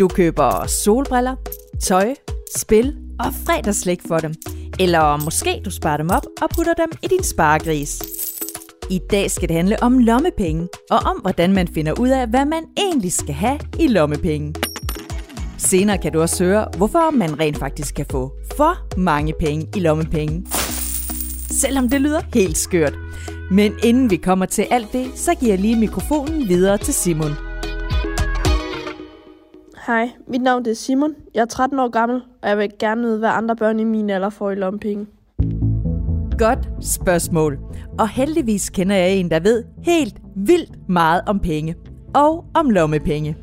Du køber solbriller, tøj, spil og fredagsslik for dem. Eller måske du sparer dem op og putter dem i din sparegris. I dag skal det handle om lommepenge, og om hvordan man finder ud af, hvad man egentlig skal have i lommepenge. Senere kan du også høre, hvorfor man rent faktisk kan få for mange penge i lommepenge. Selvom det lyder helt skørt. Men inden vi kommer til alt det, så giver jeg lige mikrofonen videre til Simon. Hej, mit navn er Simon. Jeg er 13 år gammel, og jeg vil gerne vide, hvad andre børn i min alder får i lommepenge. Godt spørgsmål. Og heldigvis kender jeg en, der ved helt vildt meget om penge. Og om lommepenge.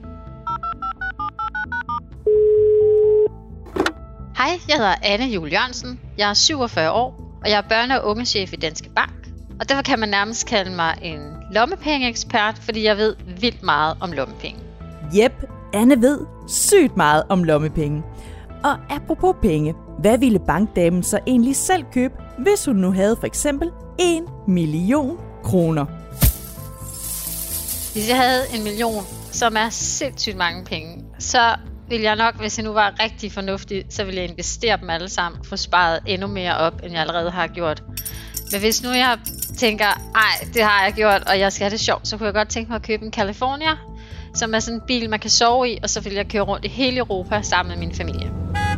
Hej, jeg hedder Anne Juel Jørgensen. Jeg er 47 år, og jeg er børne- og ungechef i Danske Bank. Og derfor kan man nærmest kalde mig en lommepengeekspert, fordi jeg ved vildt meget om lommepenge. Jep, Anne ved sygt meget om lommepenge. Og apropos penge, hvad ville bankdamen så egentlig selv købe, hvis hun nu havde for eksempel 1 million kroner? Hvis jeg havde 1 million, som er sindssygt mange penge, så ville jeg nok, hvis jeg nu var rigtig fornuftig, så ville jeg investere dem alle sammen, få sparet endnu mere op, end jeg allerede har gjort. Men hvis nu jeg tænker, det har jeg gjort, og jeg skal have det sjovt, så kunne jeg godt tænke mig at købe en California, som er sådan en bil, man kan sove i, og så vil jeg køre rundt i hele Europa sammen med min familie.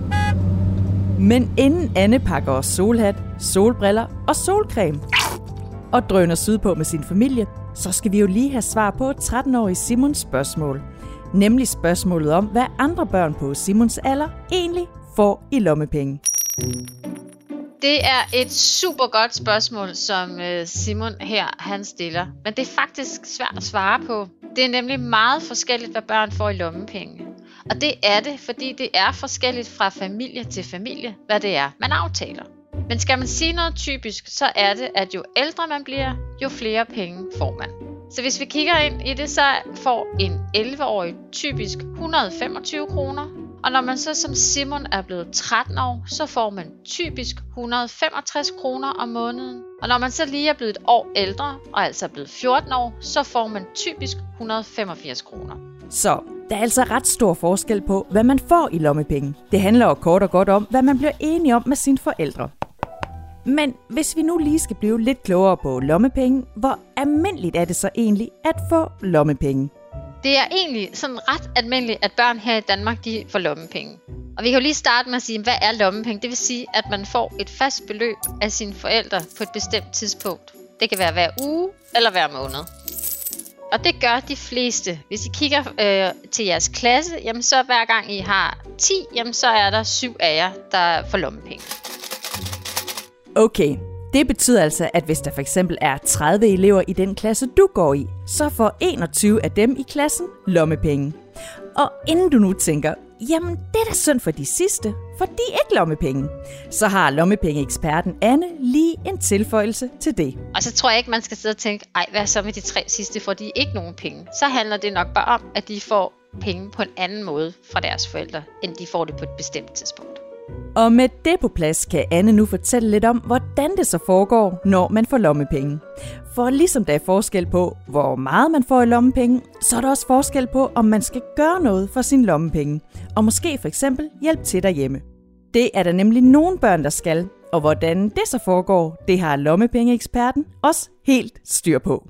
Men inden Anne pakker os solhat, solbriller og solcreme og drøner sydpå med sin familie, så skal vi jo lige have svar på 13-årige Simons spørgsmål. Nemlig spørgsmålet om, hvad andre børn på Simons alder egentlig får i lommepenge. Det er et super godt spørgsmål, som Simon her han stiller. Men det er faktisk svært at svare på. Det er nemlig meget forskelligt, hvad børn får i lommepenge. Og det er det, fordi det er forskelligt fra familie til familie, hvad det er, man aftaler. Men skal man sige noget typisk, så er det, at jo ældre man bliver, jo flere penge får man. Så hvis vi kigger ind i det, så får en 11-årig typisk 125 kroner. Og når man så som Simon er blevet 13 år, så får man typisk 165 kroner om måneden. Og når man så lige er blevet et år ældre, og altså er blevet 14 år, så får man typisk 185 kroner. Så der er altså ret stor forskel på, hvad man får i lommepenge. Det handler jo kort og godt om, hvad man bliver enige om med sine forældre. Men hvis vi nu lige skal blive lidt klogere på lommepenge, hvor almindeligt er det så egentlig at få lommepenge? Det er egentlig sådan ret almindeligt, at børn her i Danmark de får lommepenge. Og vi kan jo lige starte med at sige, hvad er lommepenge? Det vil sige, at man får et fast beløb af sine forældre på et bestemt tidspunkt. Det kan være hver uge eller hver måned. Og det gør de fleste. Hvis I kigger til jeres klasse, jamen så hver gang I har 10, jamen så er der 7 af jer, der får lommepenge. Okay, det betyder altså, at hvis der for eksempel er 30 elever i den klasse, du går i, så får 21 af dem i klassen lommepenge. Og inden du nu tænker, jamen det er da synd for de sidste, for de er ikke lommepenge, så har lommepengeeksperten Anne lige en tilføjelse til det. Og så tror jeg ikke, man skal sidde og tænke, hvad så med de 3 sidste, får de ikke nogen penge? Så handler det nok bare om, at de får penge på en anden måde fra deres forældre, end de får det på et bestemt tidspunkt. Og med det på plads kan Anne nu fortælle lidt om, hvordan det så foregår, når man får lommepenge. For ligesom der er forskel på, hvor meget man får i lommepenge, så er der også forskel på, om man skal gøre noget for sin lommepenge. Og måske for eksempel hjælpe til derhjemme. Det er der nemlig nogle børn, der skal. Og hvordan det så foregår, det har lommepengeeksperten også helt styr på.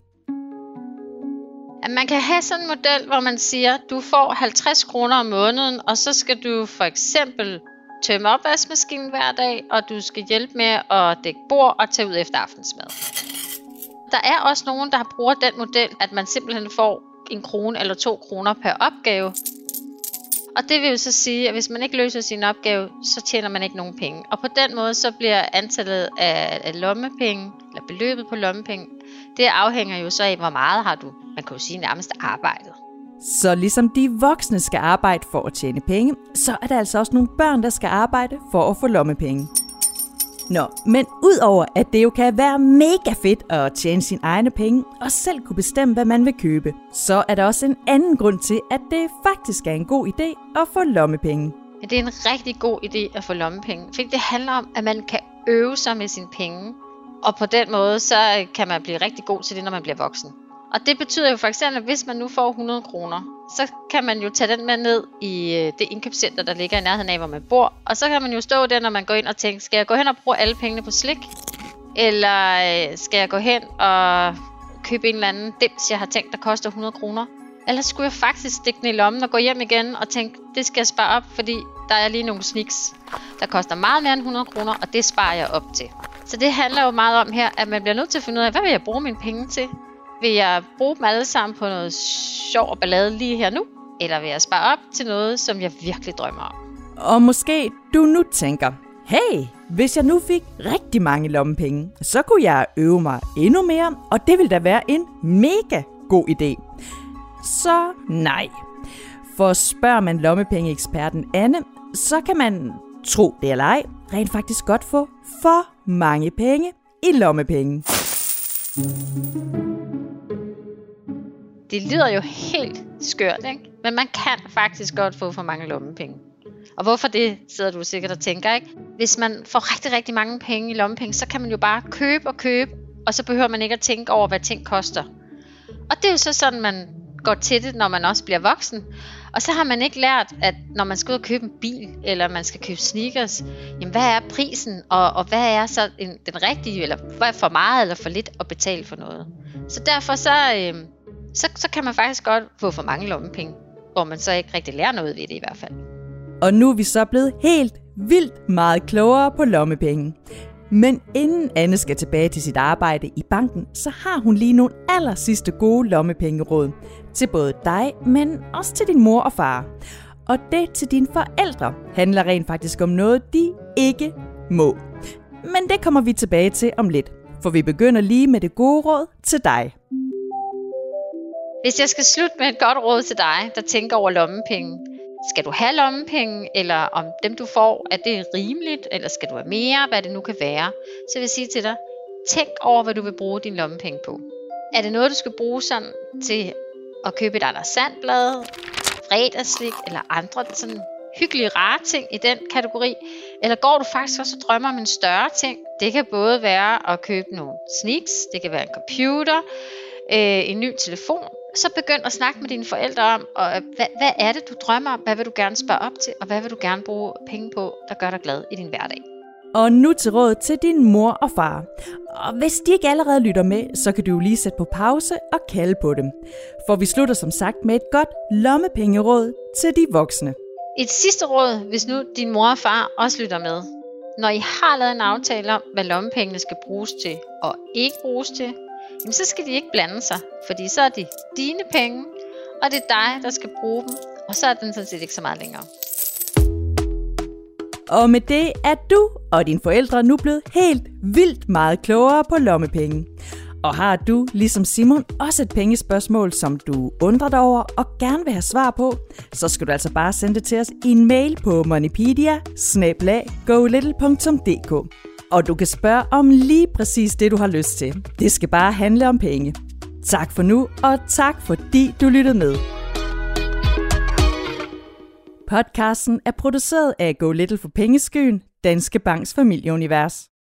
At man kan have sådan en model, hvor man siger, du får 50 kroner om måneden, og så skal du for eksempel tømme opvaskemaskinen hver dag, og du skal hjælpe med at dække bord og tage ud efter aftensmad. Der er også nogen, der bruger den model, at man simpelthen får 1 krone eller 2 kroner per opgave. Og det vil jo så sige, at hvis man ikke løser sin opgave, så tjener man ikke nogen penge. Og på den måde så bliver antallet af lommepenge, eller beløbet på lommepenge, det afhænger jo så af, hvor meget har du, man kan jo sige nærmest arbejdet. Så ligesom de voksne skal arbejde for at tjene penge, så er der altså også nogle børn, der skal arbejde for at få lommepenge. Nå, men udover at det jo kan være mega fedt at tjene sine egne penge og selv kunne bestemme, hvad man vil købe, så er der også en anden grund til, at det faktisk er en god idé at få lommepenge. Ja, det er en rigtig god idé at få lommepenge, for det handler om, at man kan øve sig med sine penge, og på den måde så kan man blive rigtig god til det, når man bliver voksen. Og det betyder jo for eksempel, at hvis man nu får 100 kroner, så kan man jo tage den med ned i det indkøbscenter, der ligger i nærheden af, hvor man bor. Og så kan man jo stå der, når man går ind og tænke, skal jeg gå hen og bruge alle pengene på slik? Eller skal jeg gå hen og købe en eller anden dims, jeg har tænkt, der koster 100 kroner? Eller skulle jeg faktisk stikke den i lommen og gå hjem igen og tænke, det skal jeg spare op, fordi der er lige nogle sneaks, der koster meget mere end 100 kroner, og det sparer jeg op til. Så det handler jo meget om her, at man bliver nødt til at finde ud af, hvad vil jeg bruge mine penge til? Vil jeg bruge dem alle sammen på noget sjov og ballade lige her nu? Eller vil jeg spare op til noget, som jeg virkelig drømmer om? Og måske du nu tænker, hey, hvis jeg nu fik rigtig mange lommepenge, så kunne jeg øve mig endnu mere, og det ville da være en mega god idé. Så nej. For spørger man lommepengeeksperten Anne, så kan man, tro det eller ej, rent faktisk godt få for mange penge i lommepenge. Det lyder jo helt skørt, ikke? Men man kan faktisk godt få for mange lommepenge. Og hvorfor det, sidder du sikkert og tænker, ikke? Hvis man får rigtig, rigtig mange penge i lommepenge, så kan man jo bare købe, og så behøver man ikke at tænke over, hvad ting koster. Og det er jo så sådan, man går til det, når man også bliver voksen. Og så har man ikke lært, at når man skal ud og købe en bil, eller man skal købe sneakers, jamen hvad er prisen, og hvad er så den rigtige, eller hvad er for meget eller for lidt at betale for noget. Så derfor så kan man faktisk godt få for mange lommepenge, hvor man så ikke rigtig lærer noget ved det i hvert fald. Og nu er vi så blevet helt vildt meget klogere på lommepenge. Men inden Anne skal tilbage til sit arbejde i banken, så har hun lige nogle allersidste gode lommepengeråd til både dig, men også til din mor og far. Og det til dine forældre handler rent faktisk om noget, de ikke må. Men det kommer vi tilbage til om lidt, for vi begynder lige med det gode råd til dig. Hvis jeg skal slutte med et godt råd til dig, der tænker over lommepenge. Skal du have lommepenge, eller om dem du får, er det rimeligt, eller skal du have mere, hvad det nu kan være? Så vil jeg sige til dig, tænk over, hvad du vil bruge dine lommepenge på. Er det noget, du skal bruge sådan til at købe et Anders Sand-blad, fredagsslik, eller andre sådan hyggelige, rare ting i den kategori? Eller går du faktisk også og drømmer om en større ting? Det kan både være at købe nogle sneaks, det kan være en computer, en ny telefon. Så begynd at snakke med dine forældre om, hvad er det, du drømmer om? Hvad vil du gerne spare op til? Og hvad vil du gerne bruge penge på, der gør dig glad i din hverdag? Og nu til råd til din mor og far. Og hvis de ikke allerede lytter med, så kan du jo lige sætte på pause og kalde på dem. For vi slutter som sagt med et godt lommepengeråd til de voksne. Et sidste råd, hvis nu din mor og far også lytter med. Når I har lavet en aftale om, hvad lommepengene skal bruges til og ikke bruges til, jamen så skal de ikke blande sig, fordi så er det dine penge, og det er dig, der skal bruge dem, og så er den sådan set ikke så meget længere. Og med det er du og dine forældre nu blevet helt vildt meget klogere på lommepenge. Og har du, ligesom Simon, også et pengespørgsmål, som du undrer dig over og gerne vil have svar på, så skal du altså bare sende det til os i en mail på moneypedia@golittle.dk. Og du kan spørge om lige præcis det, du har lyst til. Det skal bare handle om penge. Tak for nu, og tak fordi du lyttede med. Podcasten er produceret af Go Little for Pengeskyen, Danske Banks familieunivers.